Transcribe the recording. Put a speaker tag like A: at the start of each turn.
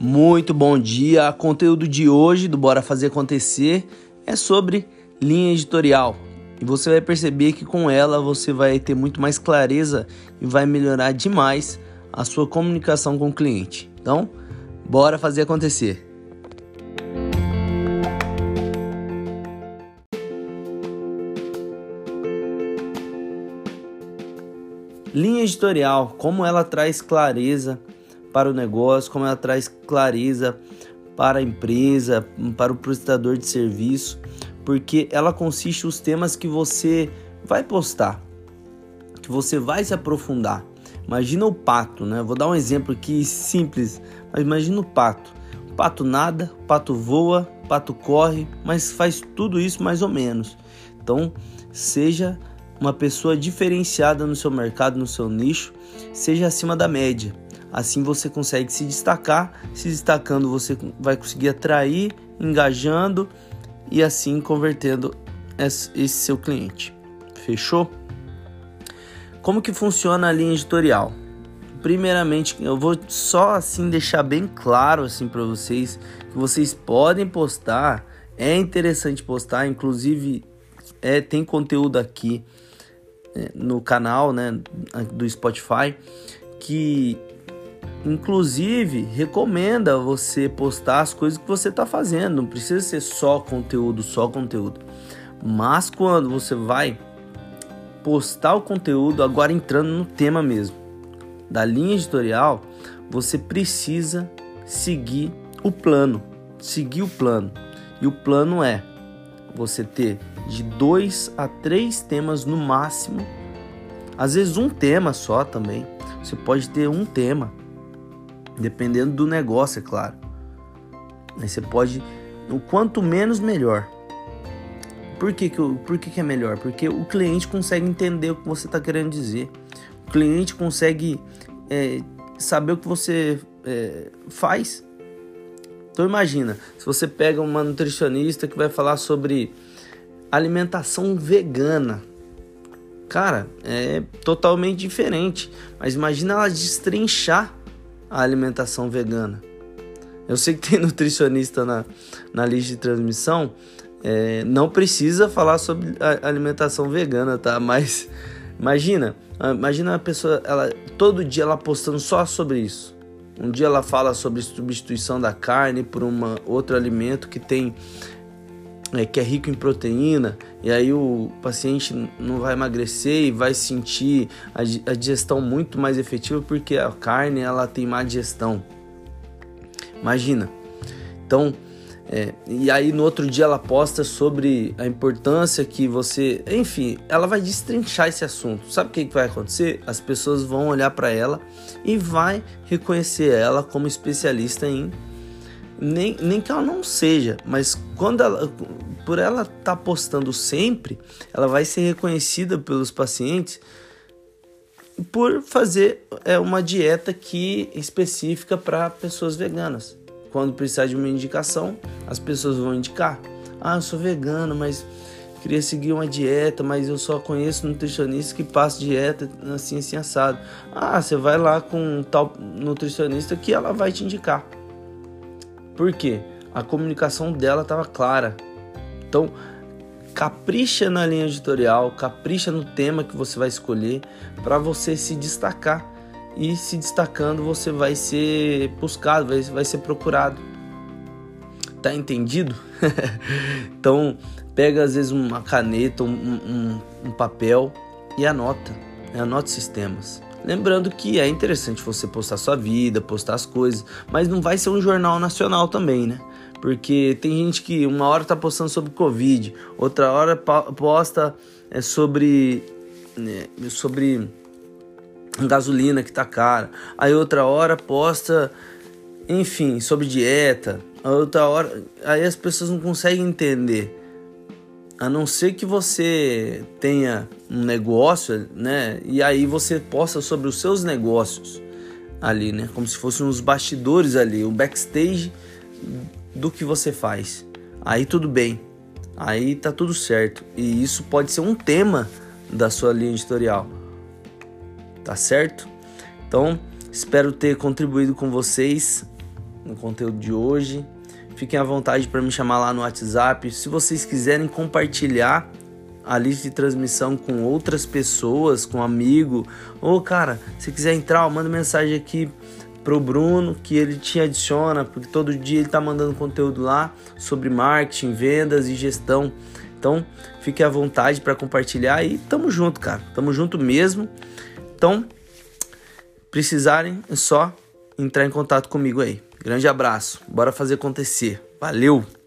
A: Muito bom dia. O conteúdo de hoje do Bora Fazer Acontecer é sobre linha editorial. E você vai perceber que com ela você vai ter muito mais clareza e vai melhorar demais a sua comunicação com o cliente. Então, bora fazer acontecer. Linha editorial, como ela traz clareza para o negócio, como ela traz clareza para a empresa, para o prestador de serviço, porque ela consiste nos temas que você vai postar, que você vai se aprofundar. Imagina o pato, né? Vou dar um exemplo aqui simples, mas imagina o pato. O pato nada, o pato voa, o pato corre, mas faz tudo isso mais ou menos. Então, seja uma pessoa diferenciada no seu mercado, no seu nicho, seja acima da média. Assim você consegue se destacar, se destacando você vai conseguir atrair, engajando e assim convertendo esse seu cliente. Fechou? Como que funciona a linha editorial? Primeiramente, eu vou só assim deixar bem claro assim para vocês que vocês podem postar, é interessante postar, inclusive tem conteúdo aqui no canal, né, do Spotify, que inclusive recomenda você postar as coisas que você está fazendo. Não precisa ser só conteúdo. Mas quando você vai postar o conteúdo, agora entrando no tema mesmo da linha editorial, você precisa seguir o plano. E o plano é você ter de 2 a 3 temas no máximo. Às vezes um tema só também. Você pode ter um tema, dependendo do negócio, é claro. Aí você pode, o quanto menos, melhor. Por que é melhor? Porque o cliente consegue entender o que você está querendo dizer. O cliente consegue saber o que você faz. Então imagina, se você pega uma nutricionista que vai falar sobre alimentação vegana. Cara, é totalmente diferente. Mas imagina ela destrinchar a alimentação vegana. Eu sei que tem nutricionista na lista de transmissão, não precisa falar sobre a alimentação vegana, tá? Mas imagina a pessoa, todo dia ela postando só sobre isso. Um dia ela fala sobre substituição da carne por outro alimento que é rico em proteína, e aí o paciente não vai emagrecer e vai sentir a digestão muito mais efetiva porque a carne ela tem má digestão. Imagina. Então, e aí no outro dia ela posta sobre a importância que você... Enfim, ela vai destrinchar esse assunto. Sabe o que vai acontecer? As pessoas vão olhar para ela e vai reconhecer ela como especialista em... Nem que ela não seja, mas por ela estar postando sempre, ela vai ser reconhecida pelos pacientes por fazer uma dieta específica para pessoas veganas. Quando precisar de uma indicação, as pessoas vão indicar. Eu sou vegano, mas queria seguir uma dieta, mas eu só conheço nutricionista que passa dieta assim assado. Você vai lá com tal nutricionista que ela vai te indicar. Por quê? A comunicação dela estava clara. Então, capricha na linha editorial, capricha no tema que você vai escolher para você se destacar. E se destacando, você vai ser buscado, vai ser procurado. Tá entendido? Então, pega às vezes uma caneta, um papel e anota esses temas. Lembrando que é interessante você postar sua vida, postar as coisas, mas não vai ser um jornal nacional também, né? Porque tem gente que uma hora tá postando sobre Covid, outra hora posta sobre gasolina que tá cara, aí outra hora posta, enfim, sobre dieta, a outra hora, aí as pessoas não conseguem entender. A não ser que você tenha um negócio, né? E aí você posta sobre os seus negócios ali, né? Como se fossem os bastidores ali, o backstage do que você faz. Aí tudo bem. Aí tá tudo certo. E isso pode ser um tema da sua linha editorial. Tá certo? Então, espero ter contribuído com vocês no conteúdo de hoje. Fiquem à vontade para me chamar lá no WhatsApp. Se vocês quiserem compartilhar a lista de transmissão com outras pessoas, com um amigo, ou cara, se quiser entrar, manda mensagem aqui pro Bruno que ele te adiciona, porque todo dia ele tá mandando conteúdo lá sobre marketing, vendas e gestão. Então, fique à vontade para compartilhar e tamo junto, cara. Tamo junto mesmo. Então, precisarem, é só entrar em contato comigo aí. Grande abraço. Bora fazer acontecer. Valeu!